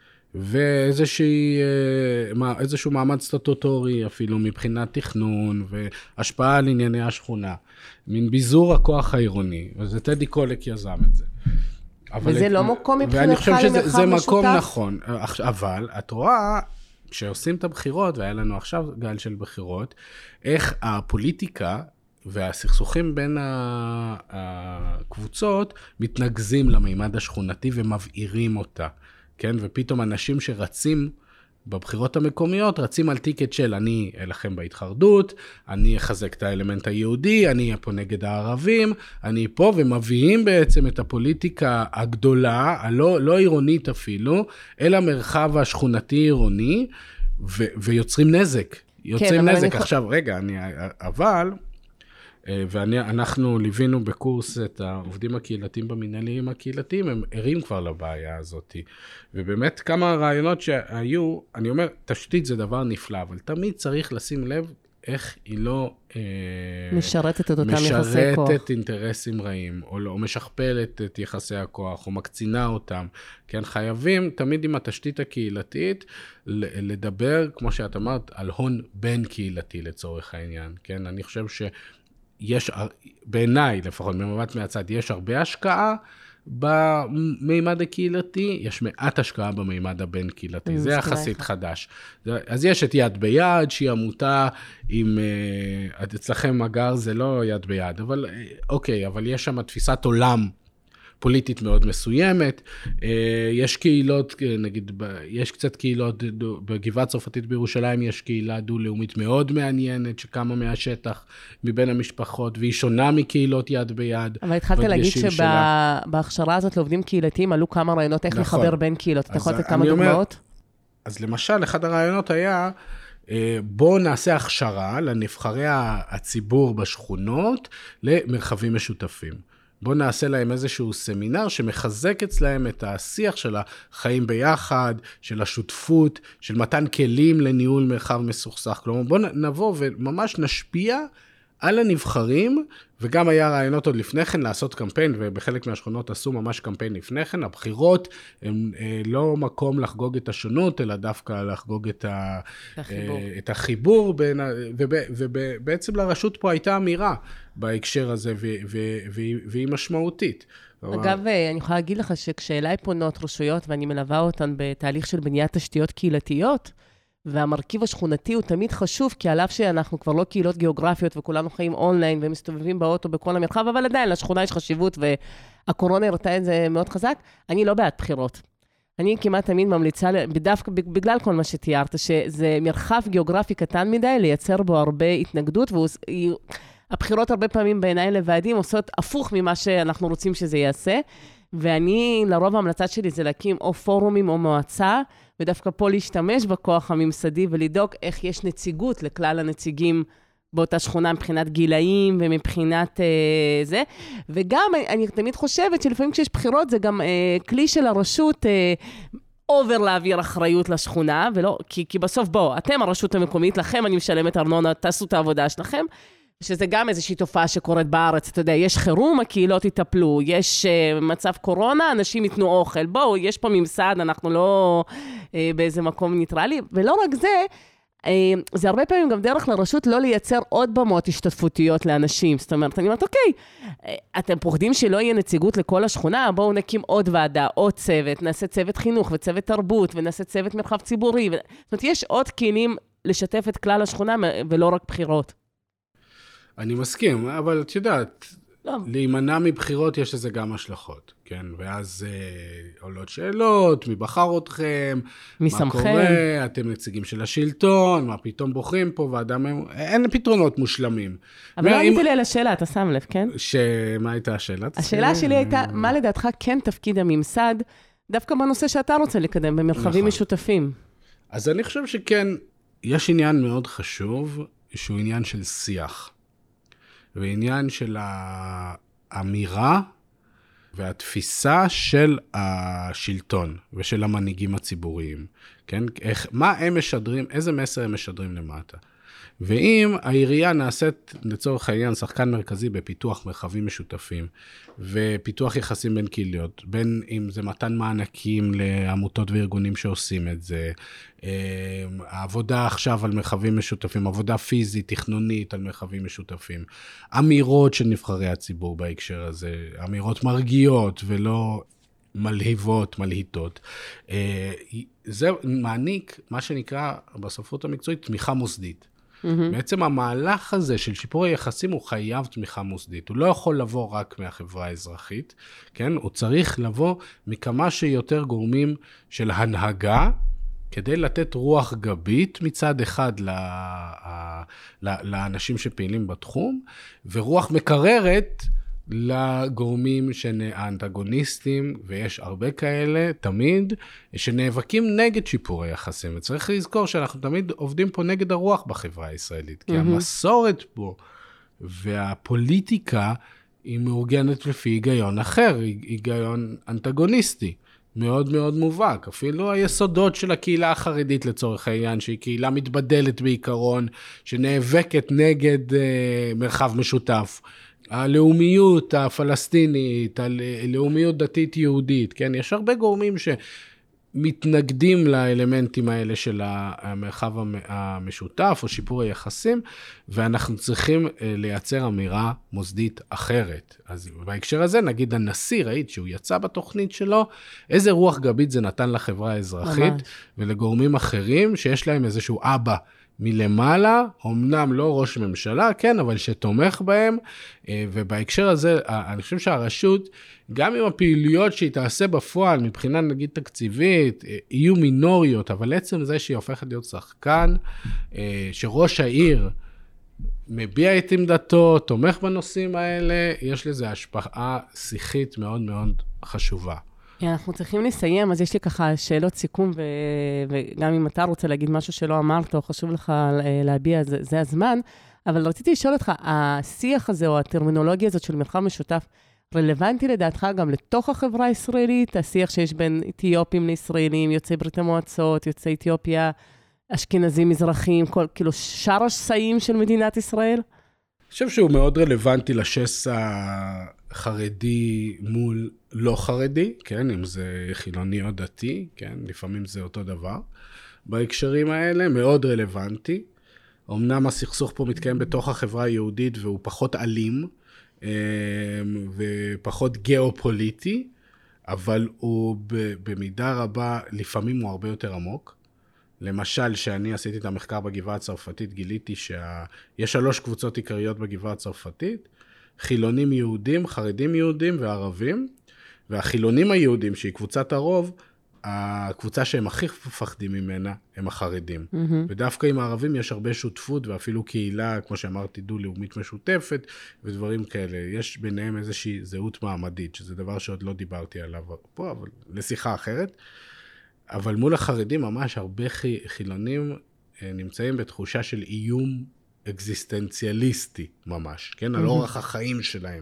ואיזשהו מעמד סטטוטורי אפילו מבחינת תכנון, והשפעה על ענייני השכונה. מין ביזור הכוח העירוני, וזה טדי קולק יזם את זה. וזה את... לא מקום מבחינתך למרחב משותף? ואני חושב שזה מקום נכון, אבל את רואה, כשעושים את הבחירות, והיה לנו עכשיו גל של בחירות, איך הפוליטיקה והסכסוכים בין הקבוצות מתנגזים למימד השכונתי ומבעירים אותה, כן? ופתאום אנשים שרצים בבחירות המקומיות, רצים על טיקט של אני אלחם בהתחרדות, אני אחזק את האלמנט היהודי, אני אהיה פה נגד הערבים, אני פה, ומביאים בעצם את הפוליטיקה הגדולה, הלא לא עירונית אפילו, אל המרחב השכונתי עירוני, ו- ויוצרים נזק. יוצרים כן, נזק. עכשיו, יכול... רגע, אני, אבל, ואנחנו ליווינו בקורס את העובדים הקהילתיים במנהלים הקהילתיים, הם ערים כבר לבעיה הזאת. ובאמת כמה רעיונות שהיו, אני אומר, תשתית זה דבר נפלא, אבל תמיד צריך לשים לב איך היא לא משרתת את אותם יחסי כוח. משרתת אינטרסים רעים, או לא משכפלת את יחסי הכוח, או מקצינה אותם. כן, חייבים תמיד עם התשתית הקהילתית לדבר, כמו שאת אמרת, על הון בין קהילתי לצורך העניין. כן, אני חושב ש... יש, בעיניי לפחות, במבט מהצד, יש הרבה השקעה במימד הקהילתי, יש מעט השקעה במימד הבין קהילתי, זה יחסית חדש. אז יש את יד ביד, שהיא עמותה עם, אצלכם מגר זה לא יד ביד, אבל אוקיי, אבל יש שם תפיסת עולם פוליטית מאוד מסוימת, יש קהילות, נגיד, יש קצת קהילות, בגבעה צרפתית בירושלים יש קהילה דו-לאומית מאוד מעניינת, שקמה מהשטח מבין המשפחות, והיא שונה מקהילות יד ביד. אבל התחלת להגיד שבהכשרה הזאת לעובדים קהילתיים, עלו כמה רעיונות איך לחבר בין קהילות. אתה יכול לתת כמה דוגמאות? אז למשל, אחד הרעיונות היה, בואו נעשה הכשרה לנבחרי הציבור בשכונות, למרחבים משותפים. בואו נעשה להם איזשהו סמינר שמחזק אצלהם את השיח של החיים ביחד, של השותפות, של מתן כלים לניהול מרחב מסוכסך. כלומר, בואו נבוא וממש נשפיע על הנבחרים, וגם היה רעיונות עוד לפני כן לעשות קמפיין, ובחלק מהשכונות עשו ממש קמפיין לפני כן. הבחירות הם לא מקום לחגוג את השונות, אלא דווקא לחגוג את, ה... החיבור. את החיבור, בין... ובעצם לרשות פה הייתה אמירה בהקשר הזה, ו... ו... והיא משמעותית. אגב, אני יכולה להגיד לך שכשאליי פונות רשויות, ואני מלווה אותן בתהליך של בניית תשתיות קהילתיות, והמרכיב השכונתי הוא תמיד חשוב, כי עליו שאנחנו כבר לא קהילות גיאוגרפיות, וכולנו חיים אונליין, ומסתובבים באוטו בכל המרחב, אבל עדיין לשכונה יש חשיבות, והקורונה הראתה את זה מאוד חזק. אני לא בעד בחירות. אני כמעט תמיד ממליצה, דווקא בגלל כל מה שתיארת, שזה מרחב גיאוגרפי קטן מדי, לייצר בו הרבה התנגדות, והבחירות הרבה פעמים בעיניי לוועדים עושות הפוך ממה שאנחנו רוצים שזה יעשה, ואני, לרוב ההמלצה שלי זה להקים או פורומים או מועצה, ודווקא פה להשתמש בכוח הממסדי ולדאוג איך יש נציגות לכלל הנציגים באותה שכונה מבחינת גילאים ומבחינת אה, זה. וגם אני, אני תמיד חושבת שלפעמים כשיש בחירות זה גם אה, כלי של הרשות אה, אובר להעביר אחריות לשכונה, ולא, כי, כי בסוף בוא, אתם הרשות המקומית, לכם אני משלמת ארנונה, תעשו את העבודה שלכם, שזה גם איזושהי תופעה שקורית בארץ, אתה יודע, יש חירום, הקהילות יטפלו, יש uh, מצב קורונה, אנשים ייתנו אוכל, בואו, יש פה ממסד, אנחנו לא uh, באיזה מקום ניטרלי, ולא רק זה, uh, זה הרבה פעמים גם דרך לרשות לא לייצר עוד במות השתתפותיות לאנשים, זאת אומרת, אני אומרת, אוקיי, uh, אתם פוחדים שלא יהיה נציגות לכל השכונה, בואו נקים עוד ועדה, עוד צוות, נעשה צוות חינוך וצוות תרבות, ונעשה צוות מרחב ציבורי, ו... זאת אומרת, יש עוד כלים לשתף את כלל השכונה, ולא רק בחירות. אני מסכים, אבל את יודעת, לא. להימנע מבחירות יש לזה גם השלכות, כן? ואז אה, עולות שאלות, מי בחר אתכם, מי מה שמכם? קורה, אתם נציגים של השלטון, מה פתאום בוחרים פה, ואדם, אין פתרונות מושלמים. אבל לא עניתי לי על השאלה, אתה שם לב, כן? שמה הייתה השאלה? השאלה שלי הייתה, מה לדעתך כן תפקיד הממסד, דווקא בנושא שאתה רוצה לקדם, במרחבים משותפים? אז אני חושב שכן, יש עניין מאוד חשוב, שהוא עניין של שיח. ועניין של האמירה והתפיסה של השלטון ושל המנהיגים הציבוריים, כן? איך, מה הם משדרים, איזה מסר הם משדרים למטה. ואם העירייה נעשית לצורך העניין שחקן מרכזי בפיתוח מרחבים משותפים, ופיתוח יחסים בין קהילות, בין אם זה מתן מענקים לעמותות וארגונים שעושים את זה, העבודה עכשיו על מרחבים משותפים, עבודה פיזית, תכנונית על מרחבים משותפים, אמירות של נבחרי הציבור בהקשר הזה, אמירות מרגיעות ולא מלהיבות, מלהיטות. זה מעניק מה שנקרא בספרות המקצועית תמיכה מוסדית. Mm-hmm. בעצם המהלך הזה של שיפור היחסים הוא חייב תמיכה מוסדית. הוא לא יכול לבוא רק מהחברה האזרחית, כן? הוא צריך לבוא מכמה שיותר גורמים של הנהגה, כדי לתת רוח גבית מצד אחד לאנשים שפעילים בתחום, ורוח מקררת לגורמים האנטגוניסטים, ויש הרבה כאלה תמיד, שנאבקים נגד שיפור היחסים. וצריך לזכור שאנחנו תמיד עובדים פה נגד הרוח בחברה הישראלית, כי mm-hmm. המסורת פה והפוליטיקה היא מאורגנת לפי היגיון אחר, היגיון אנטגוניסטי. מאוד מאוד מובהק, אפילו היסודות של הקהילה החרדית לצורך העניין, שהיא קהילה מתבדלת בעיקרון, שנאבקת נגד אה, מרחב משותף. הלאומיות הפלסטינית, הלאומיות דתית יהודית, כן? יש הרבה גורמים שמתנגדים לאלמנטים האלה של המרחב המשותף או שיפור היחסים, ואנחנו צריכים לייצר אמירה מוסדית אחרת. אז בהקשר הזה נגיד הנשיא, ראית שהוא יצא בתוכנית שלו, איזה רוח גבית זה נתן לחברה האזרחית, ממש. ולגורמים אחרים שיש להם איזשהו אבא, מלמעלה, אמנם לא ראש ממשלה, כן, אבל שתומך בהם, ובהקשר הזה, אני חושב שהרשות, גם עם הפעילויות שהיא תעשה בפועל, מבחינה נגיד תקציבית, יהיו מינוריות, אבל עצם זה שהיא הופכת להיות שחקן, שראש העיר מביע את עמדתו, תומך בנושאים האלה, יש לזה השפעה שיחית מאוד מאוד חשובה. אנחנו צריכים לסיים, אז יש לי ככה שאלות סיכום, ו... וגם אם אתה רוצה להגיד משהו שלא אמרת, או חשוב לך להביע, זה, זה הזמן, אבל רציתי לשאול אותך, השיח הזה, או הטרמינולוגיה הזאת של מרחב משותף, רלוונטי לדעתך גם לתוך החברה הישראלית, השיח שיש בין אתיופים לישראלים, יוצאי ברית המועצות, יוצאי אתיופיה, אשכנזים, מזרחים, כל, כאילו שאר השסעים של מדינת ישראל? אני חושב שהוא מאוד רלוונטי לשסע חרדי מול לא חרדי, כן, אם זה חילוני או דתי, כן, לפעמים זה אותו דבר. בהקשרים האלה מאוד רלוונטי. אמנם הסכסוך פה מתקיים בתוך החברה היהודית והוא פחות אלים ופחות גיאופוליטי, אבל הוא במידה רבה, לפעמים הוא הרבה יותר עמוק. למשל, שאני עשיתי את המחקר בגבעה הצרפתית, גיליתי שיש שלוש קבוצות עיקריות בגבעה הצרפתית, חילונים יהודים, חרדים יהודים וערבים, והחילונים היהודים, שהיא קבוצת הרוב, הקבוצה שהם הכי מפחדים ממנה, הם החרדים. Mm-hmm. ודווקא עם הערבים יש הרבה שותפות, ואפילו קהילה, כמו שאמרתי, דו-לאומית משותפת, ודברים כאלה. יש ביניהם איזושהי זהות מעמדית, שזה דבר שעוד לא דיברתי עליו פה, אבל לשיחה אחרת. אבל מול החרדים ממש הרבה חילונים נמצאים בתחושה של איום אקזיסטנציאליסטי ממש, כן? על אורח החיים שלהם.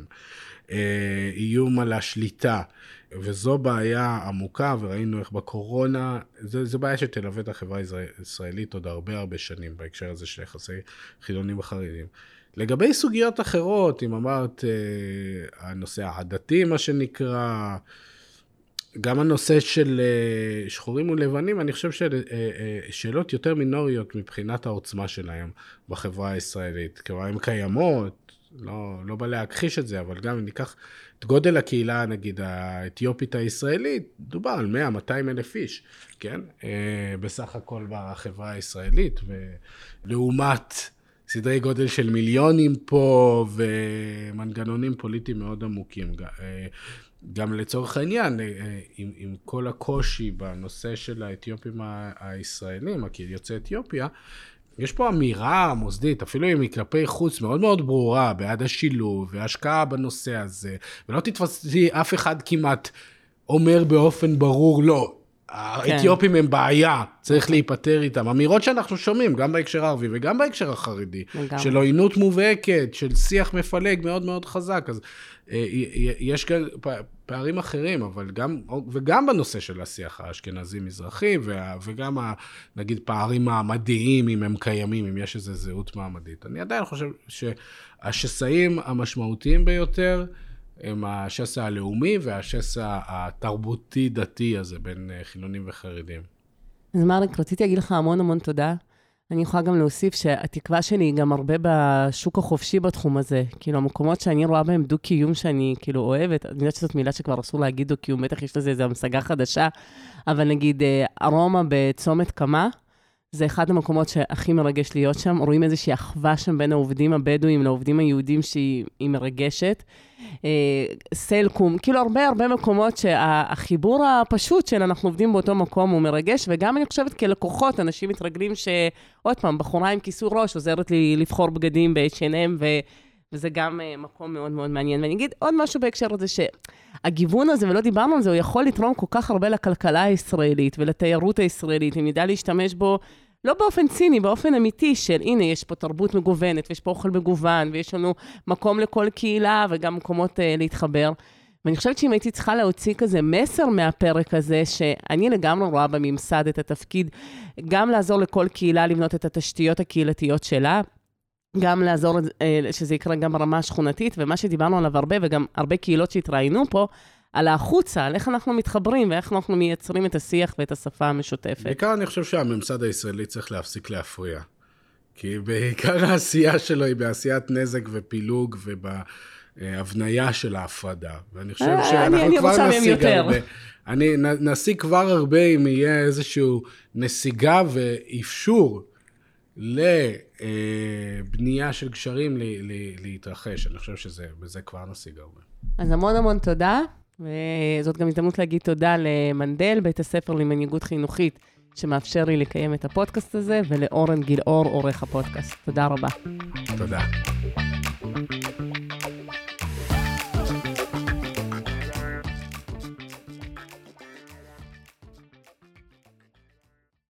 איום על השליטה, וזו בעיה עמוקה, וראינו איך בקורונה, זו, זו בעיה שתלווה את החברה הישראלית עוד הרבה הרבה שנים, בהקשר הזה של יחסי חילונים וחרדים. לגבי סוגיות אחרות, אם אמרת, הנושא העדתי, מה שנקרא, גם הנושא של שחורים ולבנים, אני חושב ששאלות יותר מינוריות מבחינת העוצמה שלהם בחברה הישראלית. כלומר, הן קיימות, לא, לא בא להכחיש את זה, אבל גם אם ניקח את גודל הקהילה, נגיד, האתיופית הישראלית, דובר על מאה מאתיים אלף איש, כן? בסך הכל בחברה הישראלית, ולעומת סדרי גודל של מיליונים פה, ומנגנונים פוליטיים מאוד עמוקים. גם לצורך העניין, עם, עם כל הקושי בנושא של האתיופים הישראלים, יוצאי אתיופיה, יש פה אמירה מוסדית, אפילו אם היא כלפי חוץ מאוד מאוד ברורה, בעד השילוב וההשקעה בנושא הזה, ולא תתפסי אף אחד כמעט אומר באופן ברור, לא, האתיופים הם בעיה, צריך להיפטר איתם. אמירות שאנחנו שומעים, גם בהקשר הערבי וגם בהקשר החרדי, של עוינות מובהקת, של שיח מפלג מאוד מאוד חזק, אז יש פערים אחרים, אבל גם, וגם בנושא של השיח האשכנזי-מזרחי, וגם, נגיד, פערים מעמדיים, אם הם קיימים, אם יש איזו זהות מעמדית. אני עדיין חושב שהשסעים המשמעותיים ביותר, הם השסע הלאומי והשסע התרבותי-דתי הזה, בין חילונים וחרדים. אז מרק, רציתי להגיד לך המון המון תודה. אני יכולה גם להוסיף שהתקווה שלי היא גם הרבה בשוק החופשי בתחום הזה. כאילו, המקומות שאני רואה בהם דו-קיום שאני כאילו אוהבת, אני יודעת שזאת מילה שכבר אסור להגיד דו-קיום, בטח יש לזה איזו המשגה חדשה, אבל נגיד ארומה בצומת קמה, זה אחד המקומות שהכי מרגש להיות שם. רואים איזושהי אחווה שם בין העובדים הבדואים לעובדים היהודים שהיא מרגשת. סלקום, כאילו הרבה הרבה מקומות שהחיבור הפשוט של אנחנו עובדים באותו מקום הוא מרגש, וגם אני חושבת כלקוחות, אנשים מתרגלים שעוד פעם, בחורה עם כיסוי ראש עוזרת לי לבחור בגדים ב-אייץ' אנד אם, ו... וזה גם מקום מאוד מאוד מעניין. ואני אגיד עוד משהו בהקשר הזה, שהגיוון הזה, ולא דיברנו על זה, הוא יכול לתרום כל כך הרבה לכלכלה הישראלית ולתיירות הישראלית, אם נדע להשתמש בו, לא באופן ציני, באופן אמיתי של, הנה, יש פה תרבות מגוונת, ויש פה אוכל מגוון, ויש לנו מקום לכל קהילה, וגם מקומות uh, להתחבר. ואני חושבת שאם הייתי צריכה להוציא כזה מסר מהפרק הזה, שאני לגמרי רואה בממסד את התפקיד, גם לעזור לכל קהילה לבנות את התשתיות הקהילתיות שלה, גם לעזור שזה יקרה גם ברמה השכונתית, ומה שדיברנו עליו הרבה, וגם הרבה קהילות שהתראינו פה, על החוצה, על איך אנחנו מתחברים, ואיך אנחנו מייצרים את השיח ואת השפה המשותפת. בעיקר אני חושב שהממסד הישראלי צריך להפסיק להפריע. כי בעיקר העשייה שלו היא בעשיית נזק ופילוג, ובהבניה של ההפרדה. ואני חושב שאנחנו כבר נשיג הרבה. אני נשיג כבר הרבה אם יהיה איזשהו נסיגה ואפשור, לבנייה של גשרים להתרחש. אני חושב שבזה כבר נשיג הרבה. אז המון המון תודה, וזאת גם הזדמנות להגיד תודה למנדל, בית הספר למנהיגות חינוכית, שמאפשר לי לקיים את הפודקאסט הזה, ולאורן גילאור, עורך הפודקאסט. תודה רבה. תודה.